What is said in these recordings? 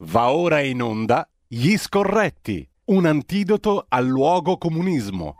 Va ora in onda Gli Scorretti, un antidoto al luogo comunismo.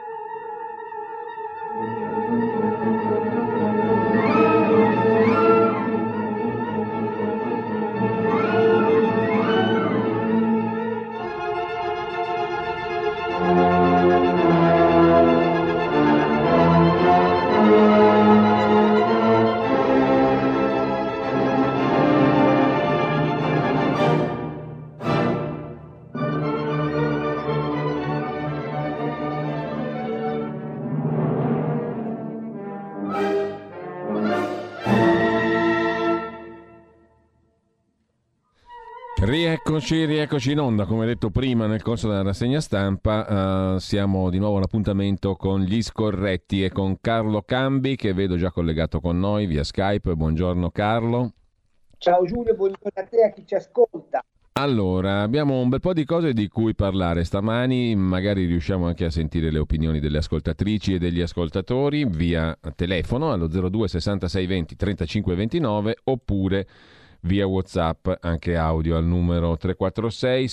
Rieccoci in onda, come detto prima nel corso della rassegna stampa. Siamo di nuovo all'appuntamento con Gli Scorretti e con Carlo Cambi, che vedo già collegato con noi via Skype. Buongiorno Carlo. Ciao Giulio, buongiorno a te e a chi ci ascolta. Allora, abbiamo un bel po' di cose di cui parlare stamani, magari riusciamo anche a sentire le opinioni delle ascoltatrici e degli ascoltatori via telefono allo 02 66 20 35 29 oppure via WhatsApp, anche audio al numero 346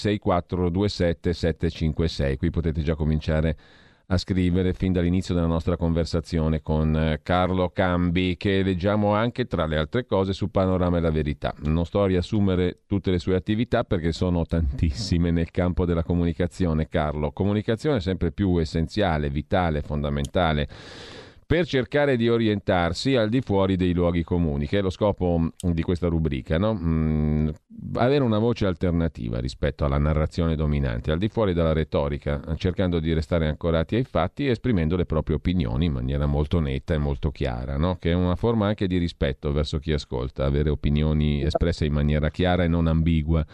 6427 756. Qui potete già cominciare a scrivere fin dall'inizio della nostra conversazione con Carlo Cambi, che leggiamo anche tra le altre cose su Panorama e la Verità. Non sto a riassumere tutte le sue attività perché sono tantissime nel campo della comunicazione, Carlo. Comunicazione sempre più essenziale, vitale, fondamentale per cercare di orientarsi al di fuori dei luoghi comuni, che è lo scopo di questa rubrica, no? Avere una voce alternativa rispetto alla narrazione dominante, al di fuori della retorica, cercando di restare ancorati ai fatti e esprimendo le proprie opinioni in maniera molto netta e molto chiara, no? Che è una forma anche di rispetto verso chi ascolta, avere opinioni espresse in maniera chiara e non ambigua.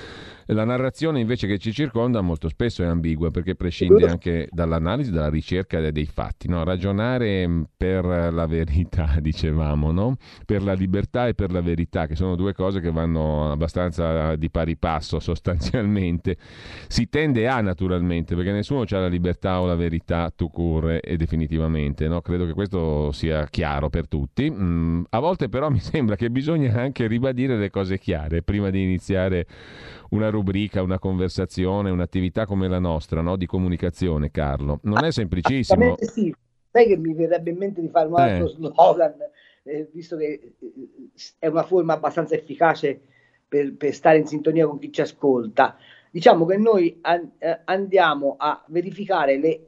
La narrazione invece che ci circonda molto spesso è ambigua perché prescinde anche dall'analisi, dalla ricerca dei fatti, no? Ragionare per la verità, dicevamo, no? Per la libertà e per la verità, che sono due cose che vanno abbastanza di pari passo sostanzialmente. Si tende a, naturalmente, perché nessuno ha la libertà o la verità tout court e definitivamente, no? Credo che questo sia chiaro per tutti. A volte però mi sembra che bisogna anche ribadire le cose chiare prima di iniziare una rubrica, una conversazione, un'attività come la nostra, no? Di comunicazione, Carlo. Non è semplicissimo. Sì. Sai che mi verrebbe in mente di fare un altro slogan, visto che è una forma abbastanza efficace per stare in sintonia con chi ci ascolta. Diciamo che noi andiamo a verificare le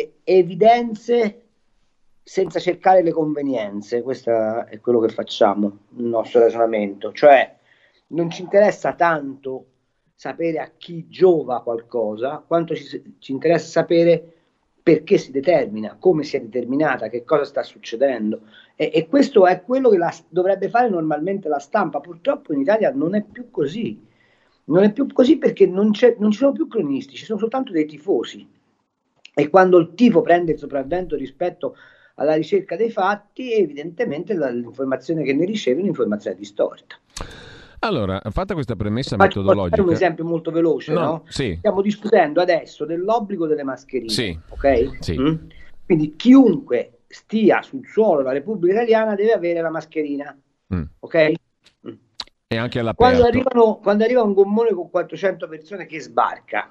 evidenze senza cercare le convenienze. Questo è quello che facciamo, il nostro ragionamento. Cioè, non ci interessa tanto sapere a chi giova qualcosa, quanto ci interessa sapere perché si determina, come si è determinata, che cosa sta succedendo. E questo è quello che dovrebbe fare normalmente la stampa. Purtroppo in Italia non è più così. Non è più così perché non ci sono più cronisti, ci sono soltanto dei tifosi. E quando il tifo prende il sopravvento rispetto alla ricerca dei fatti, evidentemente l'informazione che ne riceve è un'informazione distorta. Allora, fatta questa premessa Faccio metodologica... un esempio molto veloce, no? Sì. Stiamo discutendo adesso dell'obbligo delle mascherine, sì. ok? Sì. Quindi chiunque stia sul suolo della Repubblica Italiana deve avere la mascherina, ok? E anche all'aperto. Quando arriva un gommone con 400 persone che sbarca,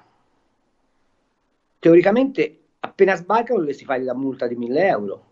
teoricamente appena sbarca dovresti fare la multa di 1.000 euro.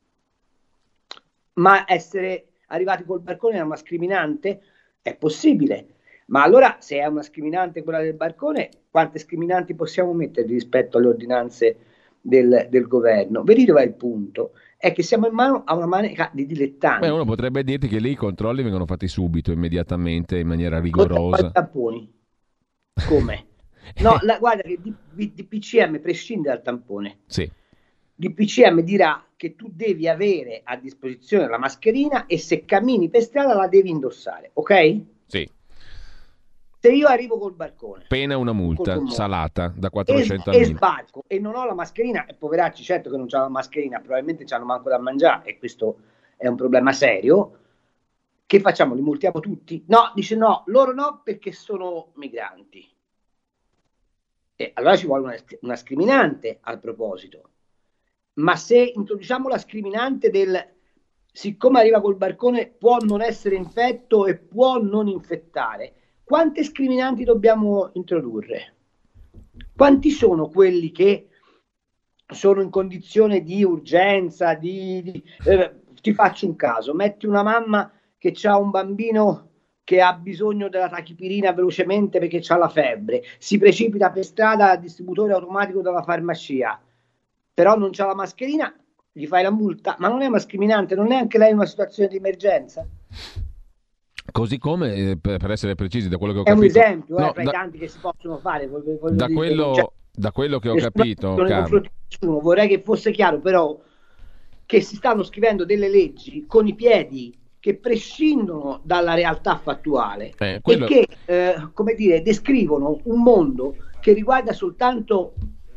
Ma essere arrivati col barcone è una scriminante? È possibile, ma allora se è una scriminante quella del barcone, quante scriminanti possiamo mettere rispetto alle ordinanze del governo? Vedi dov'è il punto? È che siamo in mano a una manica di dilettanti. Uno potrebbe dirti che lì i controlli vengono fatti subito, immediatamente, in maniera rigorosa. Tamponi. Come? No, guarda che DPCM prescinde dal tampone. Sì. DPCM dirà che tu devi avere a disposizione la mascherina e se cammini per strada la devi indossare, ok? Sì. Se io arrivo col barcone, pena una multa salata da 400 a e sbarco e non ho la mascherina, e poveracci, certo che non c'hanno la mascherina, probabilmente c'hanno manco da mangiare e questo è un problema serio. Che facciamo? Li multiamo tutti? No, dice no, loro no perché sono migranti. E allora ci vuole una scriminante al proposito. Ma se introduciamo la scriminante siccome arriva col barcone può non essere infetto e può non infettare, quante scriminanti dobbiamo introdurre? Quanti sono quelli che sono in condizione di urgenza? Ti faccio un caso, metti una mamma che ha un bambino che ha bisogno della tachipirina velocemente perché ha la febbre, si precipita per strada al distributore automatico della farmacia, però non c'ha la mascherina, gli fai la multa, ma non è una scriminante, non è anche lei in una situazione di emergenza? Così come, per essere precisi, da quello che ho capito... capito... È un esempio, tra i tanti che si possono fare. Da quello che ho capito, Carlo... Vorrei che fosse chiaro, però, che si stanno scrivendo delle leggi con i piedi che prescindono dalla realtà fattuale e che, come dire, descrivono un mondo che riguarda soltanto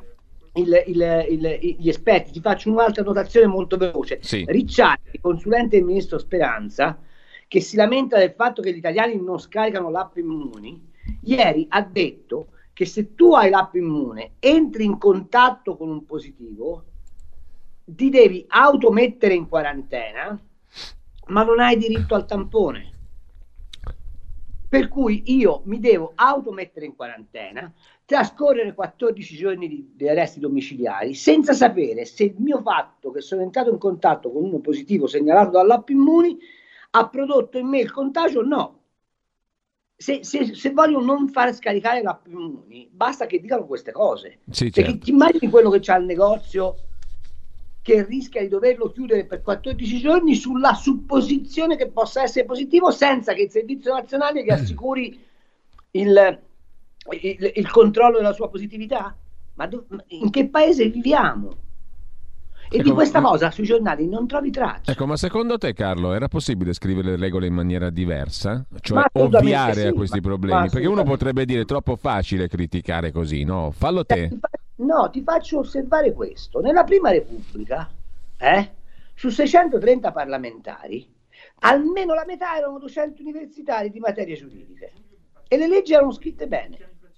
gli esperti. Ti faccio un'altra notazione molto veloce. Sì. Ricciardi, consulente del ministro Speranza, che si lamenta del fatto che gli italiani non scaricano l'app Immuni, ieri ha detto che se tu hai l'app Immune, entri in contatto con un positivo, ti devi automettere in quarantena, ma non hai diritto al tampone. Per cui io mi devo automettere in quarantena, trascorrere 14 giorni di arresti domiciliari senza sapere se il mio fatto che sono entrato in contatto con uno positivo segnalato dall'app Immuni ha prodotto in me il contagio o no. Se voglio non far scaricare l'app Immuni, basta che dicano queste cose. Sì, perché certo. ti immagini quello che c'ha il negozio che rischia di doverlo chiudere per 14 giorni sulla supposizione che possa essere positivo, senza che il Servizio Nazionale gli assicuri il controllo della sua positività? Ma in che paese viviamo? E di questa cosa sui giornali non trovi traccia. Ecco, ma secondo te, Carlo, era possibile scrivere le regole in maniera diversa? Cioè ovviare a questi problemi? Perché uno potrebbe dire troppo facile criticare così, no? Fallo te. No, ti faccio osservare questo. Nella Prima Repubblica, su 630 parlamentari, almeno la metà erano docenti universitari di materie giuridiche. E le leggi erano scritte bene.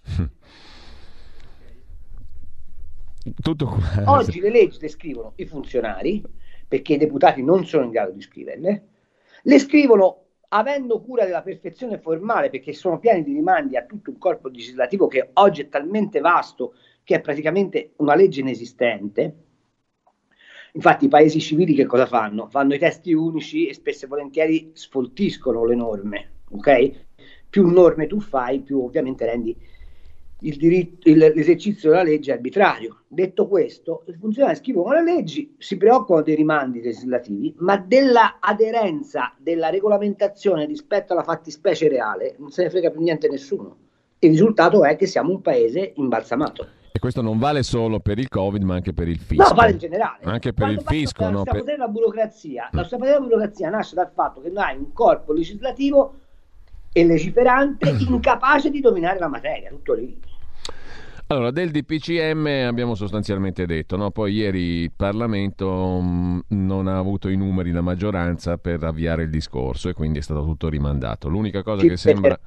Tutto qua. Oggi le leggi le scrivono i funzionari, perché i deputati non sono in grado di scriverle, le scrivono avendo cura della perfezione formale, perché sono pieni di rimandi a tutto un corpo legislativo che oggi è talmente vasto che è praticamente una legge inesistente. Infatti i paesi civili che cosa fanno? Fanno i testi unici e spesso e volentieri sfoltiscono le norme, ok? Più norme tu fai, più ovviamente rendi il diritto, l'esercizio della legge arbitrario. Detto questo, i funzionari scrivono le leggi, si preoccupano dei rimandi legislativi, ma della aderenza della regolamentazione rispetto alla fattispecie reale non se ne frega più niente nessuno. Il risultato è che siamo un paese imbalsamato. E questo non vale solo per il Covid, ma anche per il fisco. No, vale in generale. Anche per il fisco, no? La burocrazia nasce dal fatto che noi hai un corpo legislativo e legiferante incapace di dominare la materia, tutto lì. Allora, del DPCM abbiamo sostanzialmente detto, no? Poi ieri il Parlamento non ha avuto i numeri, la maggioranza, per avviare il discorso e quindi è stato tutto rimandato. L'unica cosa che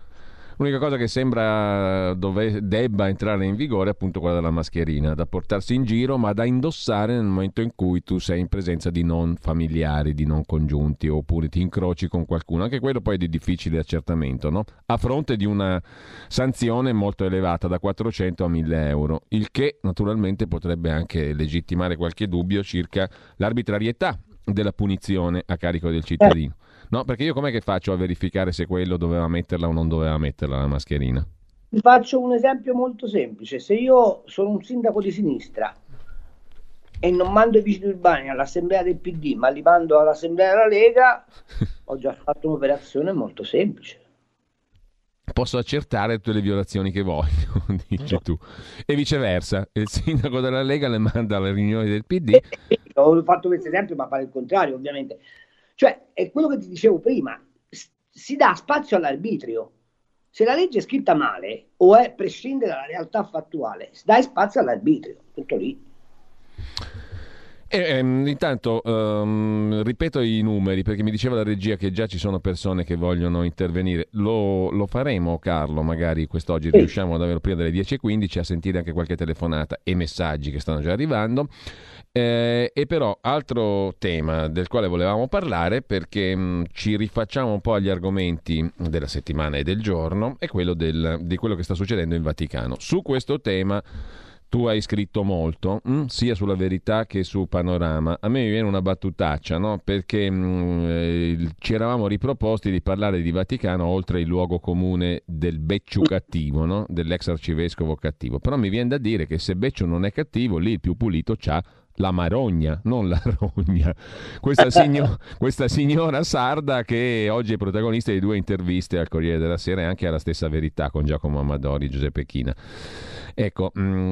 sembra debba entrare in vigore è appunto quella della mascherina, da portarsi in giro ma da indossare nel momento in cui tu sei in presenza di non familiari, di non congiunti, oppure ti incroci con qualcuno. Anche quello poi è di difficile accertamento, no? A fronte di una sanzione molto elevata, da 400 a 1.000 euro, il che naturalmente potrebbe anche legittimare qualche dubbio circa l'arbitrarietà della punizione a carico del cittadino. No, perché io com'è che faccio a verificare se quello doveva metterla o non doveva metterla la mascherina? Vi faccio un esempio molto semplice. Se io sono un sindaco di sinistra e non mando i vigili urbani all'assemblea del PD, ma li mando all'assemblea della Lega, ho già fatto un'operazione molto semplice. Posso accertare tutte le violazioni che voglio, dici tu. E viceversa, il sindaco della Lega le manda alle riunioni del PD. Ho fatto questo esempio, ma fare il contrario, ovviamente. Cioè, è quello che ti dicevo prima, si dà spazio all'arbitrio. Se la legge è scritta male o prescinde dalla realtà fattuale, dai spazio all'arbitrio, tutto lì. Intanto ripeto i numeri, perché mi diceva la regia che già ci sono persone che vogliono intervenire. Lo faremo, Carlo, magari quest'oggi riusciamo ad averlo prima delle 10:15, a sentire anche qualche telefonata e messaggi che stanno già arrivando. E però altro tema del quale volevamo parlare, perché ci rifacciamo un po' agli argomenti della settimana e del giorno, è quello di quello che sta succedendo in Vaticano. Su questo tema tu hai scritto molto, sia sulla Verità che su Panorama. A me mi viene una battutaccia, no? Perché ci eravamo riproposti di parlare di Vaticano oltre il luogo comune del Becciu cattivo, no? Dell'ex arcivescovo cattivo. Però mi viene da dire che se Becciu non è cattivo, lì il più pulito c'ha la Marogna, non la Rogna. Questa signora sarda che oggi è protagonista di 2 interviste al Corriere della Sera e anche alla stessa Verità con Giacomo Amadori e Giuseppe China. Ecco,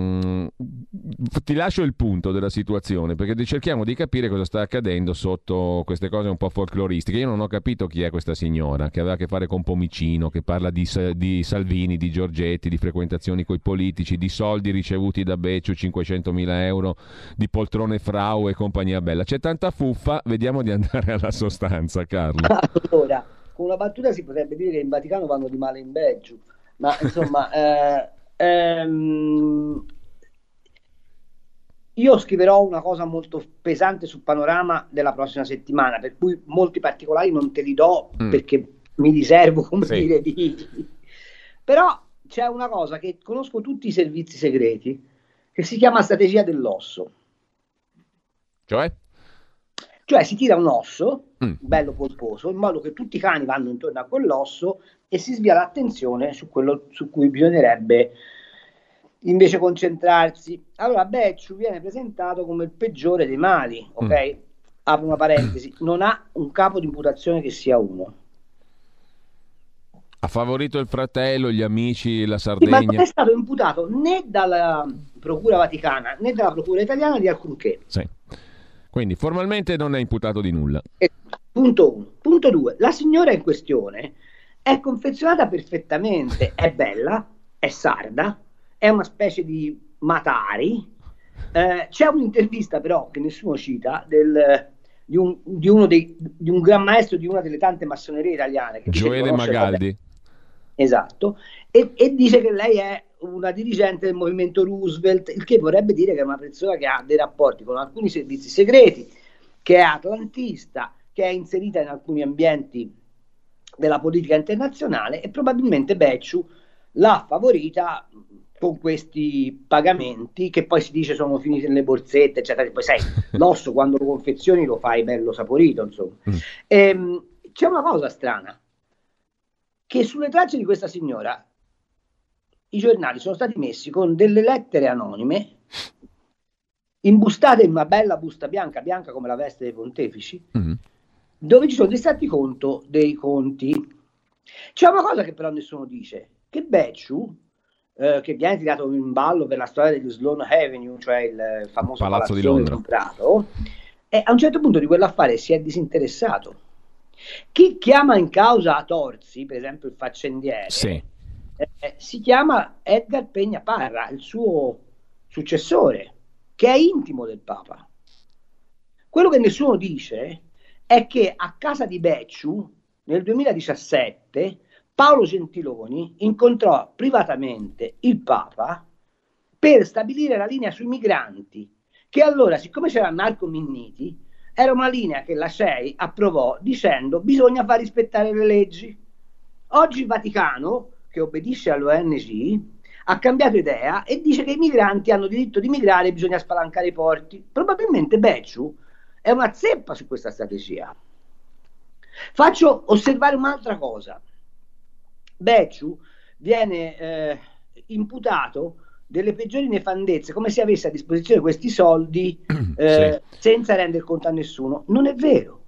ti lascio il punto della situazione, perché cerchiamo di capire cosa sta accadendo sotto queste cose un po' folcloristiche. Io non ho capito chi è questa signora che aveva a che fare con Pomicino, che parla di Salvini, di Giorgetti, di frequentazioni coi politici, di soldi ricevuti da Becciu, 500.000 euro, di poltrone Frau e compagnia bella. C'è tanta fuffa, vediamo di andare alla sostanza, Carlo. Allora, con una battuta si potrebbe dire che in Vaticano vanno di male in Belgio, ma insomma... io scriverò una cosa molto pesante sul Panorama della prossima settimana, per cui molti particolari non te li do perché mi riservo, come dire, però c'è una cosa che conosco tutti i servizi segreti che si chiama strategia dell'osso. Cioè si tira un osso bello polposo in modo che tutti i cani vanno intorno a quell'osso e si svia l'attenzione su quello su cui bisognerebbe invece concentrarsi. Allora Becciu viene presentato come il peggiore dei mali, ok? Apro una parentesi, non ha un capo di imputazione che sia uno. Ha favorito il fratello, gli amici, la Sardegna. Sì, ma non è stato imputato né dalla Procura Vaticana né dalla Procura Italiana di alcunché. Sì. Quindi formalmente non è imputato di nulla. Punto 1. Punto 2. La signora in questione è confezionata perfettamente, è bella, è sarda, è una specie di Matari. C'è un'intervista però che nessuno cita di un gran maestro di una delle tante massonerie italiane, che Gioele Magaldi. Esatto, e dice che lei è una dirigente del movimento Roosevelt, il che vorrebbe dire che è una persona che ha dei rapporti con alcuni servizi segreti, che è atlantista, che è inserita in alcuni ambienti della politica internazionale, e probabilmente Becciu l'ha favorita con questi pagamenti che poi si dice sono finiti nelle borsette, eccetera. Poi sai, l'osso quando lo confezioni lo fai bello saporito, insomma. C'è una cosa strana, che sulle tracce di questa signora i giornali sono stati messi con delle lettere anonime imbustate in una bella busta bianca come la veste dei pontefici, dove ci sono dei estratti conto dei conti. C'è una cosa che però nessuno dice, che Becciu, che viene tirato in ballo per la storia degli Sloane Avenue, cioè il famoso Palazzo di Londra, comprato, a un certo punto di quell'affare si è disinteressato. Chi chiama in causa Torzi, per esempio il faccendiere, si chiama Edgar Peña Parra, il suo successore, che è intimo del Papa. Quello che nessuno dice è che a casa di Becciu nel 2017 Paolo Gentiloni incontrò privatamente il Papa per stabilire la linea sui migranti, che allora, siccome c'era Marco Minniti, era una linea che la CEI approvò dicendo bisogna far rispettare le leggi. Oggi il Vaticano, che obbedisce all'ONG, ha cambiato idea e dice che i migranti hanno diritto di migrare e bisogna spalancare i porti. Probabilmente Becciu è una zeppa su questa strategia. Faccio osservare un'altra cosa. Becciu viene imputato delle peggiori nefandezze, come se avesse a disposizione questi soldi senza rendere conto a nessuno. Non è vero,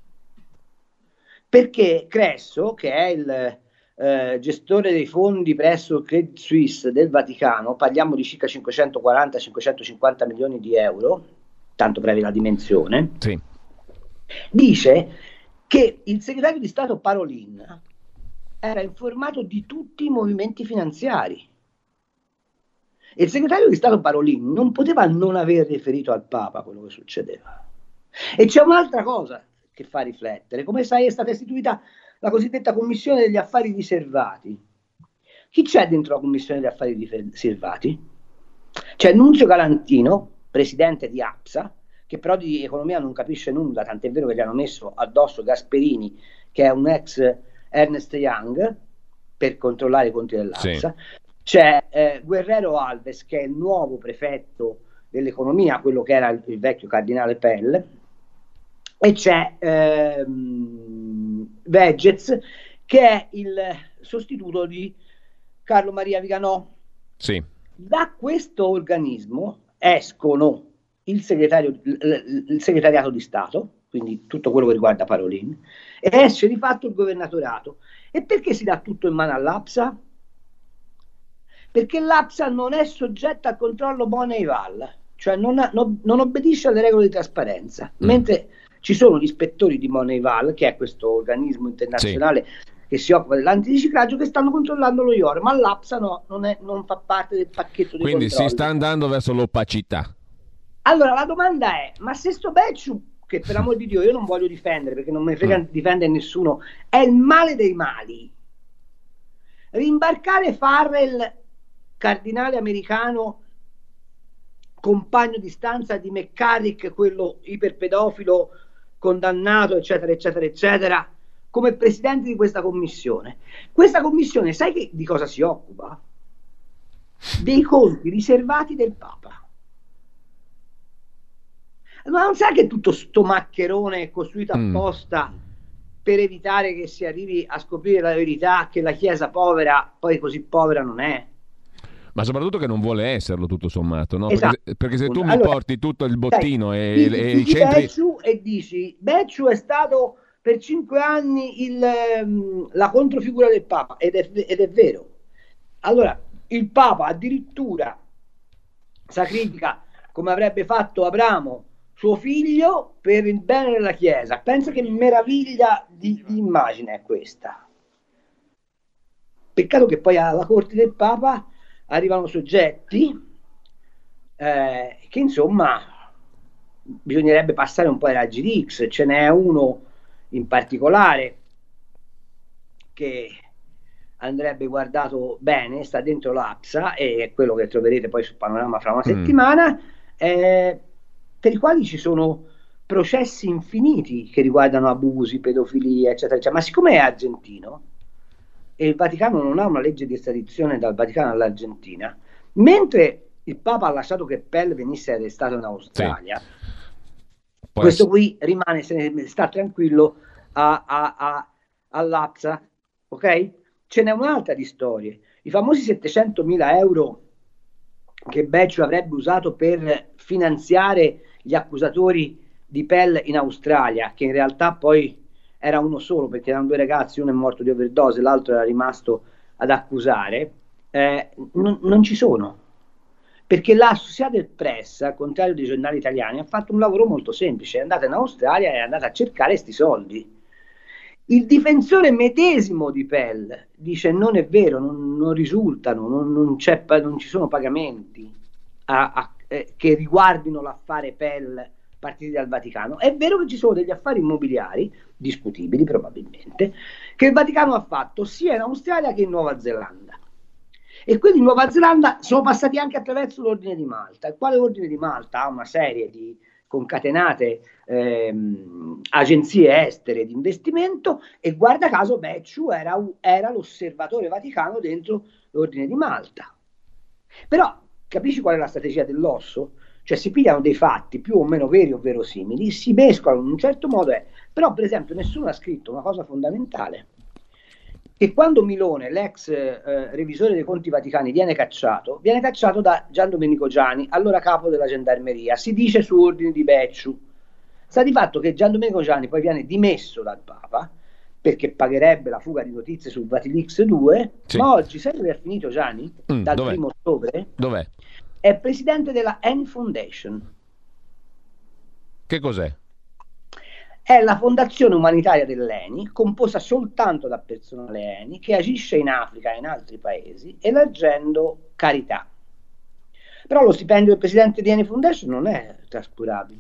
perché Cresso, che è il gestore dei fondi presso il Credit Suisse del Vaticano, parliamo di circa 540-550 milioni di euro, tanto brevi la dimensione, dice che il segretario di Stato Parolin era informato di tutti i movimenti finanziari. E il segretario di Stato Parolin non poteva non aver riferito al Papa quello che succedeva. E c'è un'altra cosa che fa riflettere. Come sai, è stata istituita la cosiddetta Commissione degli Affari Riservati. Chi c'è dentro la Commissione degli Affari Riservati? C'è Nunzio Galantino, presidente di APSA, che però di economia non capisce nulla, tant'è vero che gli hanno messo addosso Gasperini, che è un ex Ernst Young, per controllare i conti dell'APSA. Sì. C'è Guerrero Alves, che è il nuovo prefetto dell'economia, quello che era il vecchio cardinale Pell, e c'è Veggez, che è il sostituto di Carlo Maria Viganò. Sì. Da questo organismo escono il segretariato di Stato, quindi tutto quello che riguarda Parolin, e esce di fatto il governatorato. E perché si dà tutto in mano all'APSA? Perché l'APSA non è soggetta al controllo Moneyval, cioè non obbedisce alle regole di trasparenza, mentre ci sono gli ispettori di Moneyval, che è questo organismo internazionale che si occupa dell'antiriciclaggio, che stanno controllando lo IOR, ma l'APSA non fa parte del pacchetto di Quindi controlli. Si sta andando verso l'opacità. Allora la domanda è, ma se sto Becciu, che per l'amor di Dio io non voglio difendere, perché non mi frega difendere nessuno, è il male dei mali, rimbarcare Farrell, cardinale americano, compagno di stanza di McCarrick, quello iperpedofilo condannato, eccetera, eccetera, eccetera, come presidente di questa commissione. Questa commissione, sai di cosa si occupa? Dei conti riservati del Papa. Ma non sai che tutto sto maccherone è costruito apposta per evitare che si arrivi a scoprire la verità, che la Chiesa povera poi così povera non è? Ma soprattutto che non vuole esserlo, tutto sommato, no? Esatto. Perché se tu mi porti tutto il bottino e i centri... Becciu e dici, Becciu è stato per 5 anni la controfigura del Papa, ed è vero. Allora, il Papa addirittura sacrifica, come avrebbe fatto Abramo, suo figlio per il bene della Chiesa. Pensa che meraviglia di immagine è questa. Peccato che poi alla corte del Papa arrivano soggetti che insomma bisognerebbe passare un po' ai raggi X. Ce n'è uno in particolare che andrebbe guardato bene, sta dentro l'APSA, e è quello che troverete poi su Panorama fra una settimana, per i quali ci sono processi infiniti che riguardano abusi, pedofilia, eccetera, eccetera. Ma siccome è argentino e il Vaticano non ha una legge di estradizione dal Vaticano all'Argentina, mentre il Papa ha lasciato che Pell venisse arrestato in Australia, questo qui rimane, sta tranquillo all'APSA, ok? Ce n'è un'altra di storie. I famosi 700.000 euro che Becciu avrebbe usato per finanziare gli accusatori di Pell in Australia, che in realtà poi era uno solo, perché erano 2 ragazzi, uno è morto di overdose, l'altro era rimasto ad accusare, non ci sono. Perché la Associated Press, al contrario dei giornali italiani, ha fatto un lavoro molto semplice, è andata in Australia e è andata a cercare questi soldi. Il difensore medesimo di Pell dice non è vero, non risultano, non ci sono pagamenti che riguardino l'affare Pell partiti dal Vaticano. È vero che ci sono degli affari immobiliari, discutibili probabilmente, che il Vaticano ha fatto sia in Australia che in Nuova Zelanda. E quelli in Nuova Zelanda sono passati anche attraverso l'Ordine di Malta, il quale Ordine di Malta ha una serie di concatenate agenzie estere di investimento, e guarda caso Becciu era l'osservatore vaticano dentro l'Ordine di Malta. Però capisci qual è la strategia dell'osso? Cioè si pigliano dei fatti più o meno veri o verosimili, si mescolano in un certo modo, però per esempio nessuno ha scritto una cosa fondamentale, che quando Milone, l'ex revisore dei conti vaticani, viene cacciato da Gian Domenico Giani, allora capo della gendarmeria, si dice su ordine di Becciu. Sta di fatto che Gian Domenico Giani poi viene dimesso dal Papa, perché pagherebbe la fuga di notizie sul Vatilix 2, sì. Ma oggi sai dove è finito Giani? Dal 1° ottobre? Dov'è? È presidente della Eni Foundation. Che cos'è? È la fondazione umanitaria dell'Eni, composta soltanto da personale Eni, che agisce in Africa e in altri paesi, elargendo carità. Però lo stipendio del presidente di Eni Foundation non è trascurabile.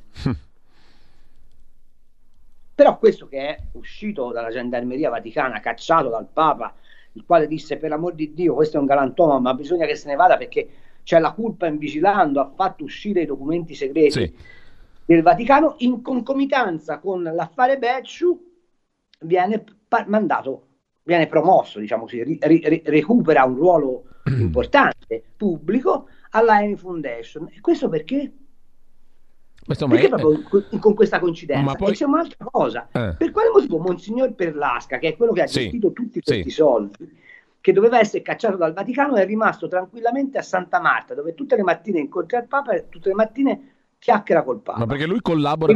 Però questo che è uscito dalla gendarmeria vaticana, cacciato dal Papa, il quale disse: per l'amor di Dio, questo è un galantuomo, ma bisogna che se ne vada perché c'è la culpa in vigilando, ha fatto uscire i documenti segreti del Vaticano, in concomitanza con l'affare Becciu viene promosso, diciamo così, recupera un ruolo importante pubblico alla Eni Foundation. E questo perché? Perché proprio con questa coincidenza. E c'è un'altra cosa: per quale motivo Monsignor Perlasca, che è quello che ha gestito tutti questi soldi, che doveva essere cacciato dal Vaticano, è rimasto tranquillamente a Santa Marta, dove tutte le mattine incontra il Papa e tutte le mattine chiacchiera col Papa? Ma perché lui collabora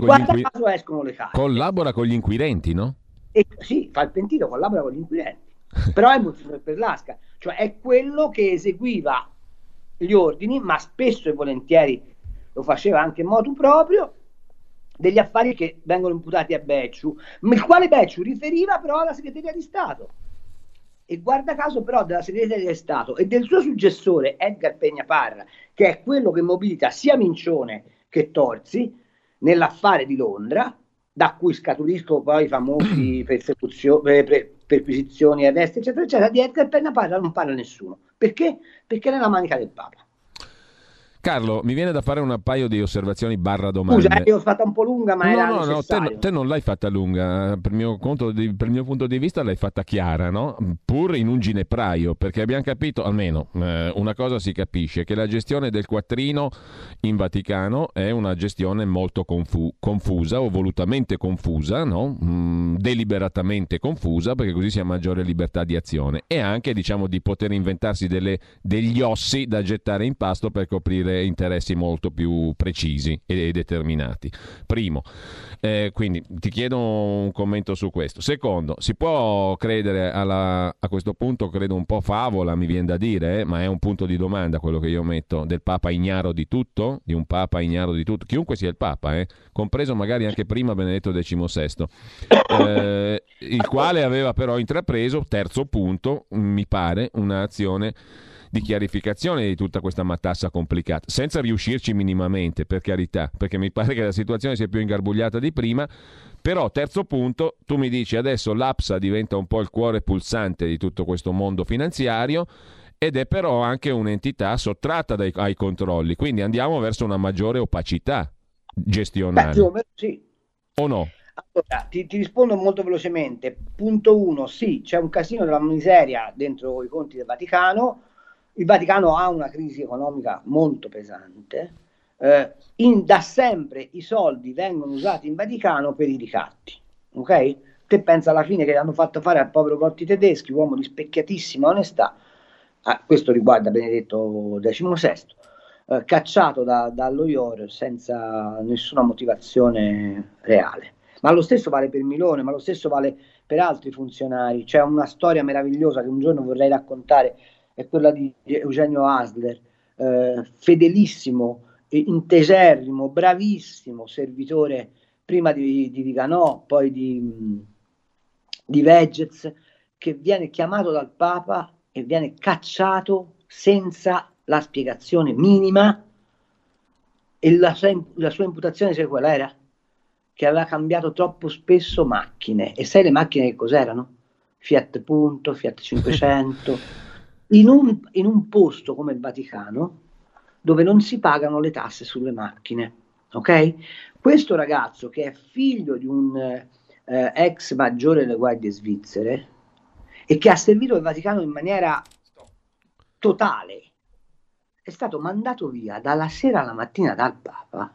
con gli inquirenti, no? Sì, fa il pentito, collabora con gli inquirenti. Però è Monsignor Perlasca, cioè è quello che eseguiva gli ordini, ma spesso e volentieri lo faceva anche in modo proprio, degli affari che vengono imputati a Becciu, il quale Becciu riferiva però alla segreteria di Stato. E guarda caso però della segreteria di Stato e del suo successore Edgar Peñaparra, che è quello che mobilita sia Mincione che Torzi nell'affare di Londra, da cui scaturiscono poi i famosi perquisizioni e arresti, eccetera, eccetera. Di Edgar Peñaparra non parla nessuno. Perché? Perché è nella manica del Papa. Carlo, mi viene da fare un paio di osservazioni barra domande. Scusa, io ho fatta un po' lunga, ma era necessario. No, te non l'hai fatta lunga, per il mio punto di vista l'hai fatta chiara, no? Pur in un ginepraio, perché abbiamo capito, almeno una cosa si capisce, che la gestione del quattrino in Vaticano è una gestione molto confusa o volutamente confusa, no? Deliberatamente confusa, perché così si ha maggiore libertà di azione e anche, diciamo, di poter inventarsi degli ossi da gettare in pasto per coprire interessi molto più precisi e determinati. Primo, quindi ti chiedo un commento su questo. Secondo, si può credere a questo punto, credo un po' favola, mi viene da dire, ma è un punto di domanda quello che io metto, del Papa ignaro di tutto, di un Papa ignaro di tutto, chiunque sia il Papa, compreso magari anche prima Benedetto XVI, il quale aveva però intrapreso, terzo punto, mi pare, un'azione di chiarificazione di tutta questa matassa complicata, senza riuscirci minimamente, per carità, perché mi pare che la situazione sia più ingarbugliata di prima. Però, terzo punto, tu mi dici adesso l'APSA diventa un po' il cuore pulsante di tutto questo mondo finanziario ed è però anche un'entità sottratta ai controlli, quindi andiamo verso una maggiore opacità gestionale. Sì. O no? Allora, ti rispondo molto velocemente. Punto 1, sì, c'è un casino della miseria dentro i conti del Vaticano. Il Vaticano ha una crisi economica molto pesante, da sempre i soldi vengono usati in Vaticano per i ricatti, ok? Te pensa alla fine che hanno fatto fare al povero Gotti Tedeschi, uomo di specchiatissima onestà, questo riguarda Benedetto XVI, cacciato dallo IOR senza nessuna motivazione reale. Ma lo stesso vale per Milone, ma lo stesso vale per altri funzionari. C'è una storia meravigliosa che un giorno vorrei raccontare, è quella di Eugenio Hasler, fedelissimo, integerrimo, bravissimo servitore prima di Viganò, poi di Veggez, che viene chiamato dal Papa e viene cacciato senza la spiegazione minima, e la sua imputazione, sai qual era? Che aveva cambiato troppo spesso macchine. E sai le macchine che cos'erano? Fiat Punto, Fiat 500... In un posto come il Vaticano, dove non si pagano le tasse sulle macchine, ok? Questo ragazzo, che è figlio di un ex maggiore delle guardie svizzere e che ha servito il Vaticano in maniera totale, è stato mandato via dalla sera alla mattina dal Papa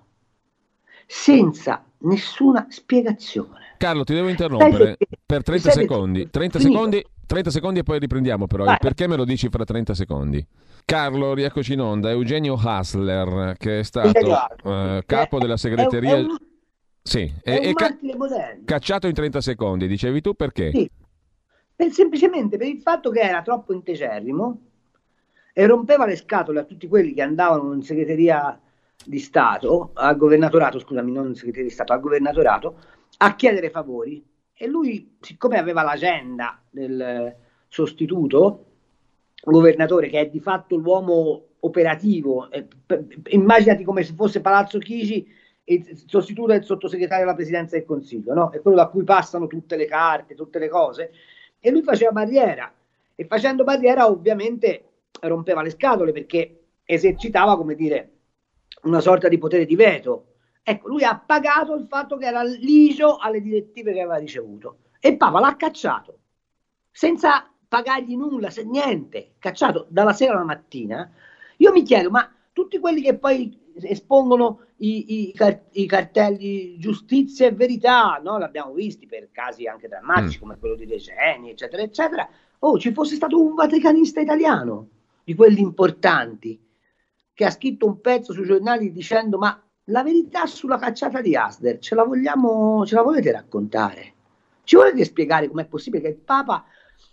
senza nessuna spiegazione. Carlo, ti devo interrompere per 30 secondi. 30 secondi e poi riprendiamo però. Il perché me lo dici fra 30 secondi. Carlo, rieccoci in onda. Eugenio Hasler, che è stato capo della segreteria... Sì, è cacciato in 30 secondi. Dicevi tu perché? Sì. Semplicemente per il fatto che era troppo integerrimo e rompeva le scatole a tutti quelli che andavano in segreteria di Stato, al governatorato, scusami, non in segreteria di Stato, al governatorato, a chiedere favori. E lui, siccome aveva l'agenda del sostituto governatore, che è di fatto l'uomo operativo. Immaginati come se fosse Palazzo Chigi e sostituto del sottosegretario alla presidenza del Consiglio, no? È quello da cui passano tutte le carte, tutte le cose, e lui faceva barriera, e facendo barriera ovviamente rompeva le scatole, perché esercitava, come dire, una sorta di potere di veto. Ecco, lui ha pagato il fatto che era licio alle direttive che aveva ricevuto, e il Papa l'ha cacciato senza pagargli nulla, niente, cacciato dalla sera alla mattina. Io mi chiedo, ma tutti quelli che poi espongono i cartelli giustizia e verità, no? L'abbiamo visti per casi anche drammatici come quello di Regeni, eccetera, eccetera. Oh, ci fosse stato un vaticanista italiano di quelli importanti che ha scritto un pezzo sui giornali dicendo: ma la verità sulla cacciata di Asder ce la volete raccontare? Ci volete spiegare com'è possibile che il Papa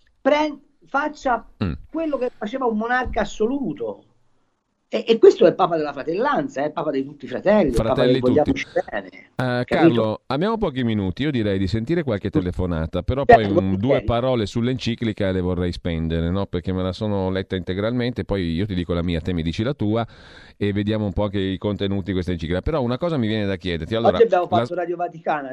faccia quello che faceva un monarca assoluto? E questo è il Papa della fratellanza, è il Papa di tutti i fratelli, Fratelli il Papa che vogliamoci bene. Carlo, abbiamo pochi minuti, io direi di sentire qualche telefonata, però Certo, poi due parole sull'enciclica le vorrei spendere, no? Perché me la sono letta integralmente, poi io ti dico la mia, te mi dici la tua e vediamo un po' anche i contenuti di questa enciclica. Però una cosa mi viene da chiederti. Allora, oggi abbiamo fatto Radio Vaticana,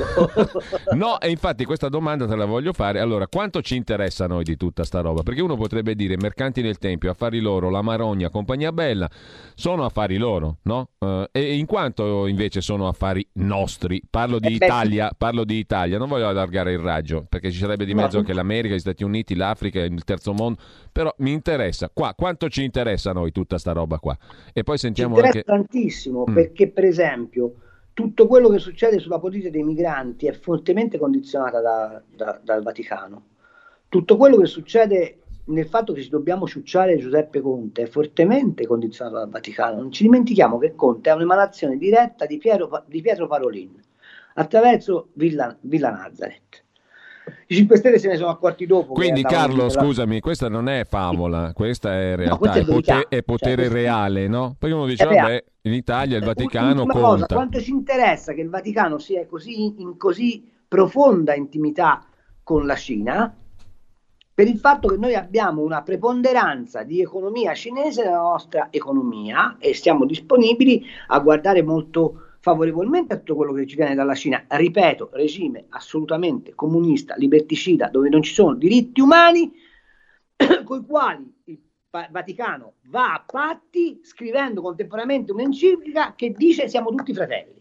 No, e infatti questa domanda te la voglio fare. Allora, quanto ci interessa a noi di tutta sta roba? Perché uno potrebbe dire mercanti del tempio, affari loro, la Marogna, compagnia bella, sono affari loro, no? E in quanto invece sono affari nostri, parlo di Italia, non voglio allargare il raggio, perché ci sarebbe di mezzo anche l'America, gli Stati Uniti, l'Africa, il terzo mondo, però mi interessa, qua, quanto ci interessa a noi tutta sta roba qua? E poi sentiamo ci interessa anche tantissimo, perché per esempio tutto quello che succede sulla politica dei migranti è fortemente condizionata dal Vaticano. Tutto quello che succede nel fatto che ci dobbiamo ciucciare Giuseppe Conte è fortemente condizionato dal Vaticano. Non ci dimentichiamo che Conte è un'emanazione diretta di Pietro Parolin attraverso Villa Nazareth. I 5 Stelle se ne sono accorti dopo. Quindi Carlo, scusami, questa non è favola, questa è realtà, è potere reale, no? Perché uno dice, vabbè, in Italia il Vaticano conta. Cosa, quanto ci interessa che il Vaticano sia in così profonda intimità con la Cina, per il fatto che noi abbiamo una preponderanza di economia cinese nella nostra economia e siamo disponibili a guardare molto favorevolmente a tutto quello che ci viene dalla Cina. Ripeto, regime assolutamente comunista, liberticida, dove non ci sono diritti umani, con i quali il Vaticano va a patti, scrivendo contemporaneamente un'enciclica che dice siamo tutti fratelli.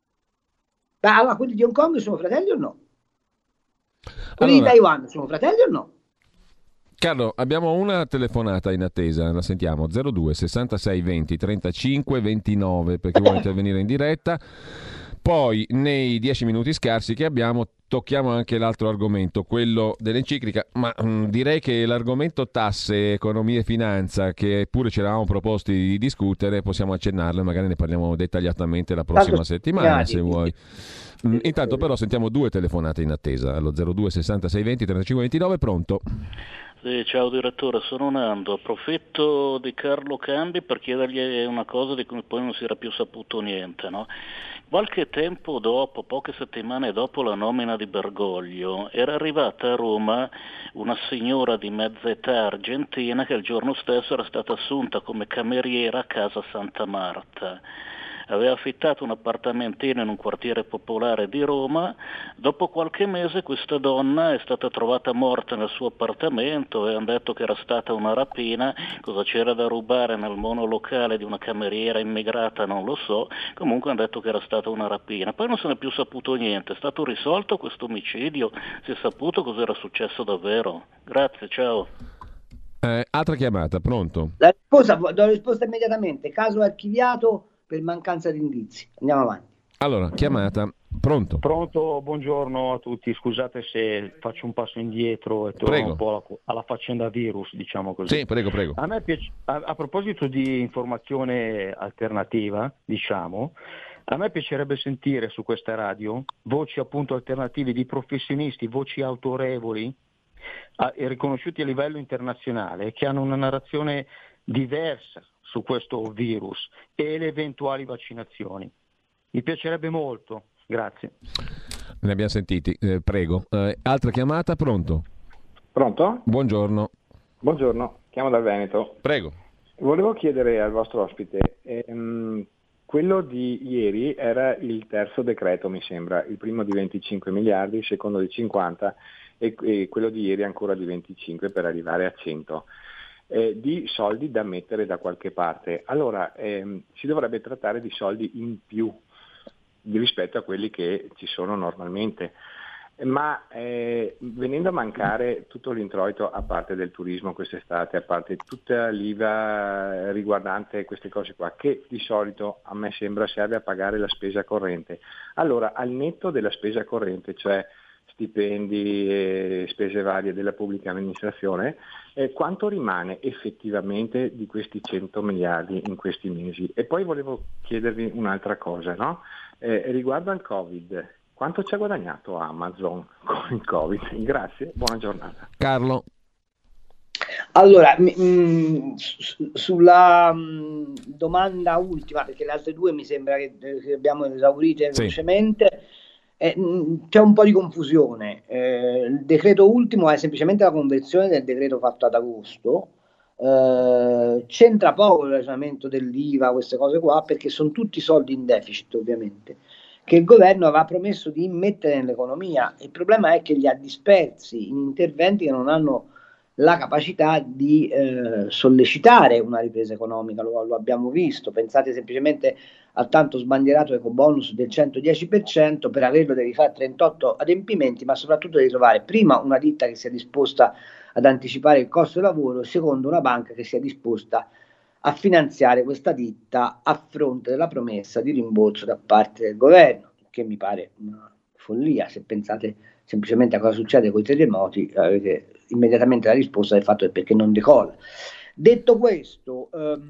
Ma allora quelli di Hong Kong sono fratelli o no? Quelli di Taiwan sono fratelli o no? Carlo, abbiamo una telefonata in attesa, la sentiamo, 02 66 20 35 29 per chi vuole intervenire in diretta. Poi nei 10 minuti scarsi che abbiamo tocchiamo anche l'altro argomento, quello dell'enciclica, ma direi che l'argomento tasse, economia e finanza, che pure ci eravamo proposti di discutere, possiamo accennarlo e magari ne parliamo dettagliatamente la prossima settimana se vuoi. Intanto però sentiamo due telefonate in attesa, allo 02 66 20 35 29, pronto? Sì, ciao direttore, sono Nando, approfitto di Carlo Cambi per chiedergli una cosa di cui poi non si era più saputo niente, no? Qualche tempo dopo, poche settimane dopo la nomina di Bergoglio, era arrivata a Roma una signora di mezza età argentina che il giorno stesso era stata assunta come cameriera a Casa Santa Marta. Aveva affittato un appartamentino in un quartiere popolare di Roma. Dopo qualche mese questa donna è stata trovata morta nel suo appartamento e hanno detto che era stata una rapina. Cosa c'era da rubare nel monolocale di una cameriera immigrata non lo so, comunque hanno detto che era stata una rapina. Poi non se ne è più saputo niente. È stato risolto questo omicidio? Si è saputo cosa era successo davvero? Grazie, ciao. Altra chiamata, pronto? Do la risposta immediatamente, caso archiviato per mancanza di indizi. Andiamo avanti. Allora, chiamata, pronto? Pronto, buongiorno a tutti. Scusate se faccio un passo indietro e torno un po' alla faccenda virus, diciamo così. Sì, prego. A me a proposito di informazione alternativa, diciamo, a me piacerebbe sentire su questa radio voci appunto alternative di professionisti, voci autorevoli e riconosciuti a livello internazionale, che hanno una narrazione diversa su questo virus e le eventuali vaccinazioni. Mi piacerebbe molto, grazie. Ne abbiamo sentiti, prego. Altra chiamata, pronto? Pronto? Buongiorno. Buongiorno, chiamo dal Veneto. Prego. Volevo chiedere al vostro ospite, quello di ieri era il terzo decreto, mi sembra, il primo di 25 miliardi, il secondo di 50 e quello di ieri ancora di 25 per arrivare a 100. Di soldi da mettere da qualche parte. Allora si dovrebbe trattare di soldi in più rispetto a quelli che ci sono normalmente, ma venendo a mancare tutto l'introito a parte del turismo quest'estate, a parte tutta l'IVA riguardante queste cose qua, che di solito a me sembra serve a pagare la spesa corrente. Allora, al netto della spesa corrente, cioè stipendi e spese varie della pubblica amministrazione, quanto rimane effettivamente di questi 100 miliardi in questi mesi? E poi volevo chiedervi un'altra cosa, no? Riguardo al Covid, quanto ci ha guadagnato Amazon con il Covid? Grazie, buona giornata. Carlo. Allora, sulla domanda ultima, perché le altre due mi sembra che abbiamo esaurite velocemente, c'è un po' di confusione. Il decreto ultimo è semplicemente la conversione del decreto fatto ad agosto. C'entra poco il ragionamento dell'IVA, queste cose qua, perché sono tutti soldi in deficit, ovviamente, che il governo aveva promesso di immettere nell'economia. Il problema è che li ha dispersi in interventi che non hanno la capacità di sollecitare una ripresa economica, lo abbiamo visto. Pensate semplicemente al tanto sbandierato ecobonus del 110%, per averlo devi fare 38 adempimenti, ma soprattutto devi trovare prima una ditta che sia disposta ad anticipare il costo del lavoro, e secondo una banca che sia disposta a finanziare questa ditta a fronte della promessa di rimborso da parte del governo, che mi pare una follia. Se pensate semplicemente a cosa succede con i terremoti, avete immediatamente la risposta del fatto è perché non decolla. Detto questo,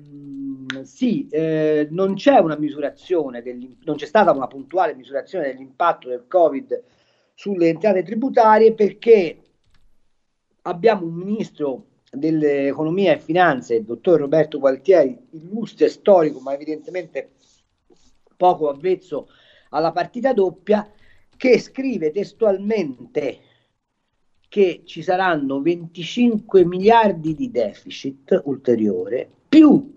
non c'è una misurazione, non c'è stata una puntuale misurazione dell'impatto del Covid sulle entrate tributarie, perché abbiamo un ministro dell'economia e finanze, il dottor Roberto Gualtieri, illustre storico, ma evidentemente poco avvezzo alla partita doppia, che scrive testualmente che ci saranno 25 miliardi di deficit ulteriore, più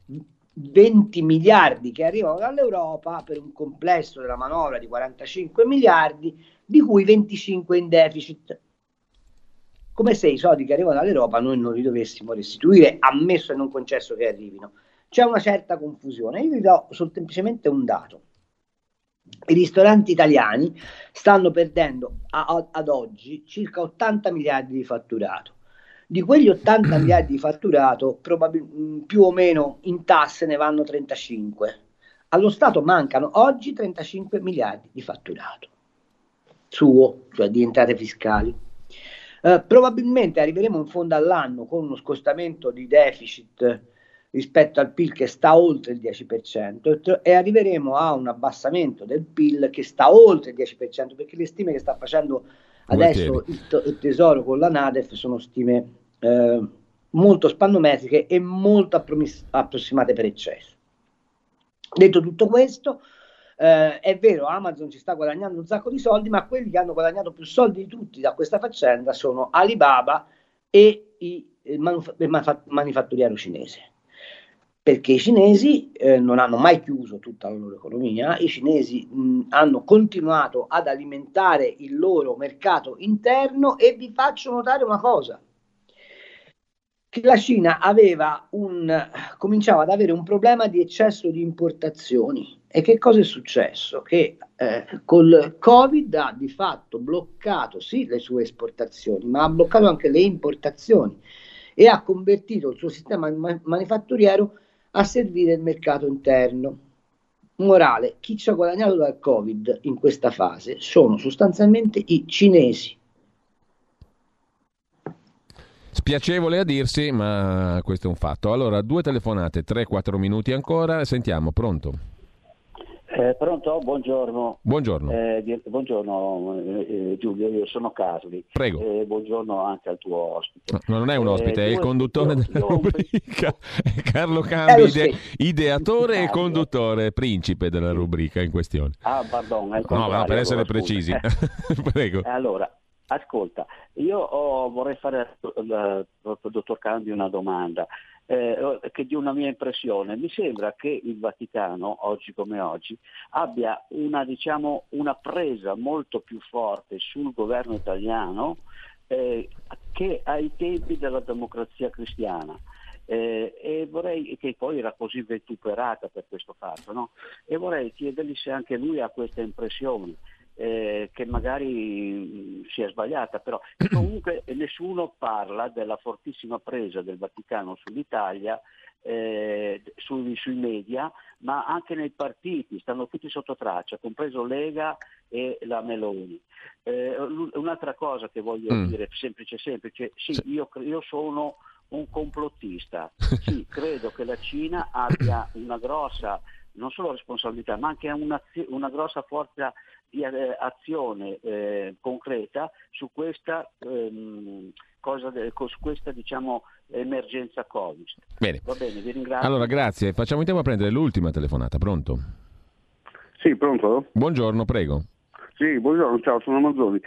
20 miliardi che arrivano dall'Europa, per un complesso della manovra di 45 miliardi, di cui 25 in deficit. Come se i soldi che arrivano dall'Europa noi non li dovessimo restituire, ammesso e non concesso che arrivino. C'è una certa confusione. Io vi do semplicemente un dato. I ristoranti italiani stanno perdendo ad oggi circa 80 miliardi di fatturato. Di quegli 80 miliardi di fatturato, più o meno in tasse ne vanno 35. Allo Stato mancano oggi 35 miliardi di fatturato suo, cioè di entrate fiscali. Probabilmente arriveremo in fondo all'anno con uno scostamento di deficit rispetto al PIL che sta oltre il 10%, e arriveremo a un abbassamento del PIL che sta oltre il 10%, perché le stime che sta facendo adesso il Tesoro con la NADEF sono stime molto spannometriche e molto approssimate per eccesso. Detto tutto questo, è vero, Amazon ci sta guadagnando un sacco di soldi, ma quelli che hanno guadagnato più soldi di tutti da questa faccenda sono Alibaba e il manifatturiero cinese. Perché i cinesi non hanno mai chiuso tutta la loro economia, i cinesi hanno continuato ad alimentare il loro mercato interno, e vi faccio notare una cosa, che la Cina cominciava ad avere un problema di eccesso di importazioni. E che cosa è successo? Che col Covid ha di fatto bloccato sì le sue esportazioni, ma ha bloccato anche le importazioni, e ha convertito il suo sistema manifatturiero a servire il mercato interno. Morale: chi ci ha guadagnato dal Covid in questa fase sono sostanzialmente i cinesi. Spiacevole a dirsi, ma questo è un fatto. Allora, 2 telefonate, 3-4 minuti ancora. Sentiamo, pronto? Pronto? Buongiorno. Buongiorno. Buongiorno Giulio, io sono Carli. Prego. Buongiorno anche al tuo ospite. No, non è un ospite, è il conduttore della rubrica. È Carlo Cambi, ideatore e conduttore, principe della rubrica in questione. Ah, pardon. No, per essere precisi. Prego. Allora, ascolta, io vorrei fare al dottor Cambi una domanda. che di una mia impressione. Mi sembra che il Vaticano, oggi come oggi, abbia una presa molto più forte sul governo italiano che ai tempi della Democrazia Cristiana. E vorrei, che poi era così vituperata per questo fatto, no? E vorrei chiedergli se anche lui ha questa impressione, che magari sia sbagliata, però comunque nessuno parla della fortissima presa del Vaticano sull'Italia, sui media, ma anche nei partiti, stanno tutti sotto traccia, compreso Lega e la Meloni. Un'altra cosa che voglio dire, semplice, sì. Io sono un complottista, sì, credo che la Cina abbia una grossa, non solo responsabilità, ma anche una grossa forza di azione concreta su questa su questa emergenza Covid. Bene. Va bene, vi ringrazio. Allora, grazie. Facciamo in tempo a prendere l'ultima telefonata. Pronto? Sì, pronto? Buongiorno, prego. Sì, buongiorno, ciao, sono Mazzoni.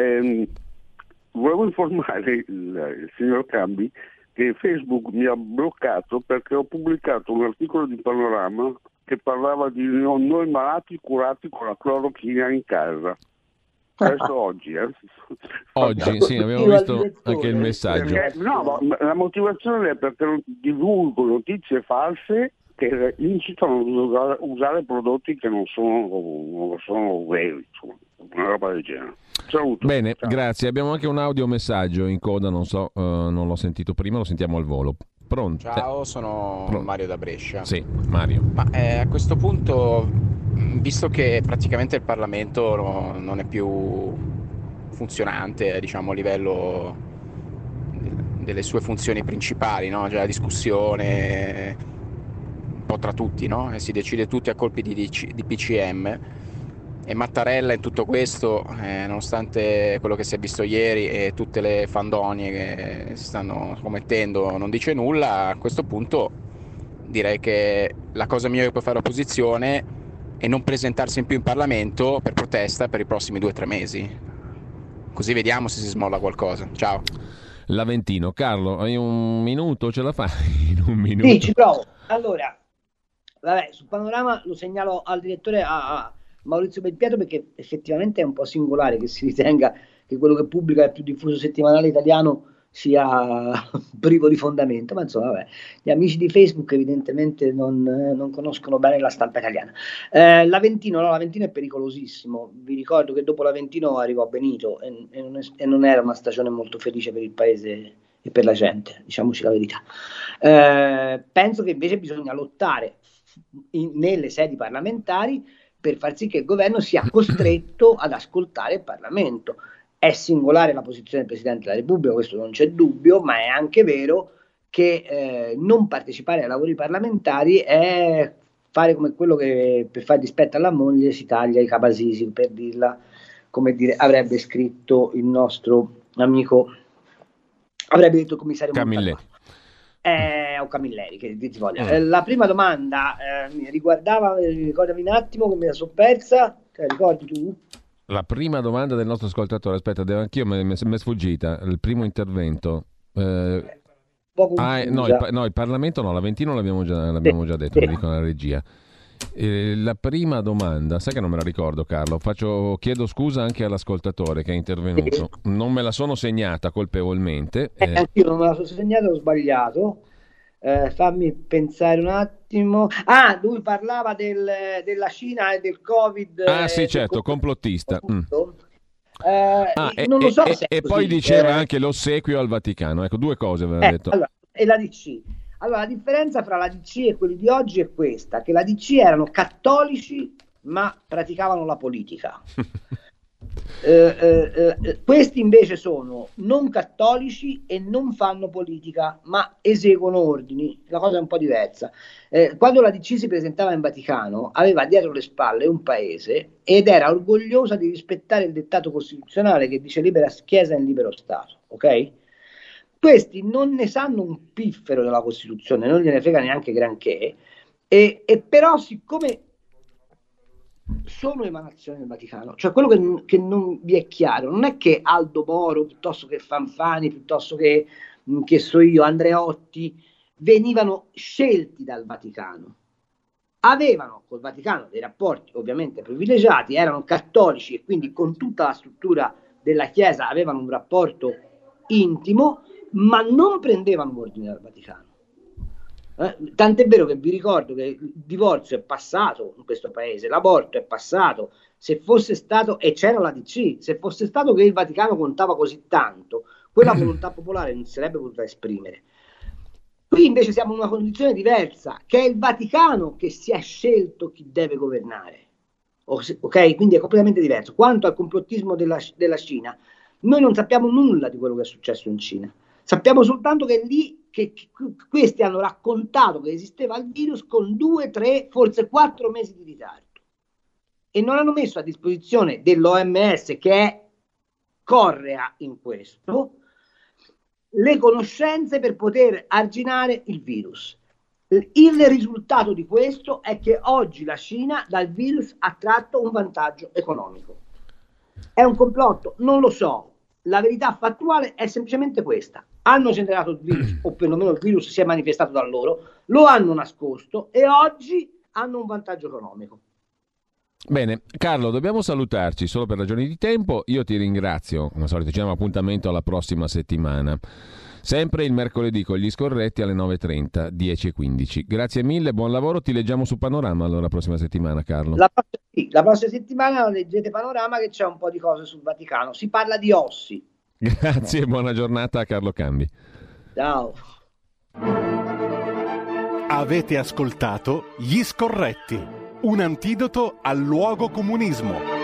Volevo informare il signor Cambi che Facebook mi ha bloccato perché ho pubblicato un articolo di Panorama che parlava di noi malati curati con la clorochina in casa. Questo oggi, Oggi, sì, abbiamo visto anche il messaggio. No, la motivazione è perché divulgo notizie false che incitano a usare prodotti che non sono veri, insomma, una roba del genere. Saluto. Bene, ciao. Grazie. Abbiamo anche un audiomessaggio in coda, non l'ho sentito prima, lo sentiamo al volo. Pronto? Ciao, sono Pronto. Mario da Brescia. Sì, Mario. Ma a questo punto, visto che praticamente il Parlamento non è più funzionante, diciamo, a livello delle sue funzioni principali, no? Cioè la discussione un po' tra tutti, no? E si decide tutti a colpi di PCM. E Mattarella in tutto questo, nonostante quello che si è visto ieri e tutte le fandonie che si stanno commettendo, non dice nulla. A questo punto direi che la cosa migliore che può fare l'opposizione è non presentarsi più in Parlamento per protesta per i prossimi 2 o 3 mesi. Così vediamo se si smolla qualcosa. Ciao. L'Aventino. Carlo, hai un minuto? Ce la fai in un minuto? Sì, ci provo. Allora, vabbè, sul Panorama lo segnalo al direttore, a Maurizio Belpietro, perché effettivamente è un po' singolare che si ritenga che quello che pubblica il più diffuso settimanale italiano sia privo di fondamento, ma insomma, vabbè, gli amici di Facebook evidentemente non conoscono bene la stampa italiana. L'Aventino è pericolosissimo. Vi ricordo che dopo l'Aventino arrivò Benito e non era una stagione molto felice per il paese e per la gente, diciamoci la verità. Penso che invece bisogna lottare nelle sedi parlamentari per far sì che il governo sia costretto ad ascoltare il Parlamento. È singolare la posizione del Presidente della Repubblica, questo non c'è dubbio, ma è anche vero che non partecipare ai lavori parlamentari è fare come quello che per far dispetto alla moglie si taglia i capasisi, per dirla, come dire, avrebbe scritto il nostro amico, avrebbe detto il commissario Camilleri. O Camilleri, che ti voglia. La prima domanda ricordami un attimo che me la so persa, ricordi tu? La prima domanda del nostro ascoltatore, aspetta, anch'io mi è sfuggita, il primo intervento. No, il Parlamento no, l'Aventino l'abbiamo già detto, mi dico la regia. La prima domanda, sai che non me la ricordo, Carlo, chiedo scusa anche all'ascoltatore che è intervenuto, non me la sono segnata colpevolmente. Anch'io non me la sono segnata, ho sbagliato. Fammi pensare un attimo. Lui parlava della Cina e del Covid. Sì, certo, complottista. Non lo so. E poi diceva anche l'ossequio al Vaticano. Ecco, 2 cose aveva detto. Allora, e la DC. Allora, la differenza fra la DC e quelli di oggi è questa, che la DC erano cattolici ma praticavano la politica. Questi invece sono non cattolici e non fanno politica ma eseguono ordini. La cosa è un po' diversa. Quando la DC si presentava in Vaticano aveva dietro le spalle un paese ed era orgogliosa di rispettare il dettato costituzionale che dice libera Chiesa in libero Stato, ok? Questi non ne sanno un piffero della Costituzione, non gliene frega neanche granché, e però siccome sono emanazioni del Vaticano, cioè quello che non vi è chiaro non è che Aldo Moro piuttosto che Fanfani, piuttosto che so io, Andreotti venivano scelti dal Vaticano. Avevano col Vaticano dei rapporti ovviamente privilegiati, erano cattolici e quindi con tutta la struttura della Chiesa avevano un rapporto intimo, ma non prendevano ordine dal Vaticano. Tant'è vero che vi ricordo che il divorzio è passato in questo paese, l'aborto è passato. Se fosse stato, e c'era la DC, se fosse stato che il Vaticano contava così tanto, quella volontà popolare non si sarebbe potuta esprimere. Qui invece siamo in una condizione diversa, che è il Vaticano che si è scelto chi deve governare. Ok? Quindi è completamente diverso. Quanto al complottismo della Cina, noi non sappiamo nulla di quello che è successo in Cina. Sappiamo soltanto che lì che questi hanno raccontato che esisteva il virus con 2, 3, forse 4 mesi di ritardo. E non hanno messo a disposizione dell'OMS, che è correa in questo, le conoscenze per poter arginare il virus. Il risultato di questo è che oggi la Cina dal virus ha tratto un vantaggio economico. È un complotto? Non lo so. La verità fattuale è semplicemente questa. Hanno generato il virus, o perlomeno il virus si è manifestato da loro, lo hanno nascosto e oggi hanno un vantaggio economico. Bene, Carlo, dobbiamo salutarci solo per ragioni di tempo. Io ti ringrazio, come al solito ci diamo appuntamento alla prossima settimana. Sempre il mercoledì con gli scorretti alle 9.30, 10.15. Grazie mille, buon lavoro, ti leggiamo su Panorama allora la prossima settimana, Carlo. La prossima settimana leggete Panorama, che c'è un po' di cose sul Vaticano. Si parla di ossi. Grazie e buona giornata a Carlo Cambi. Ciao. Avete ascoltato Gli Scorretti, un antidoto al luogo comunismo.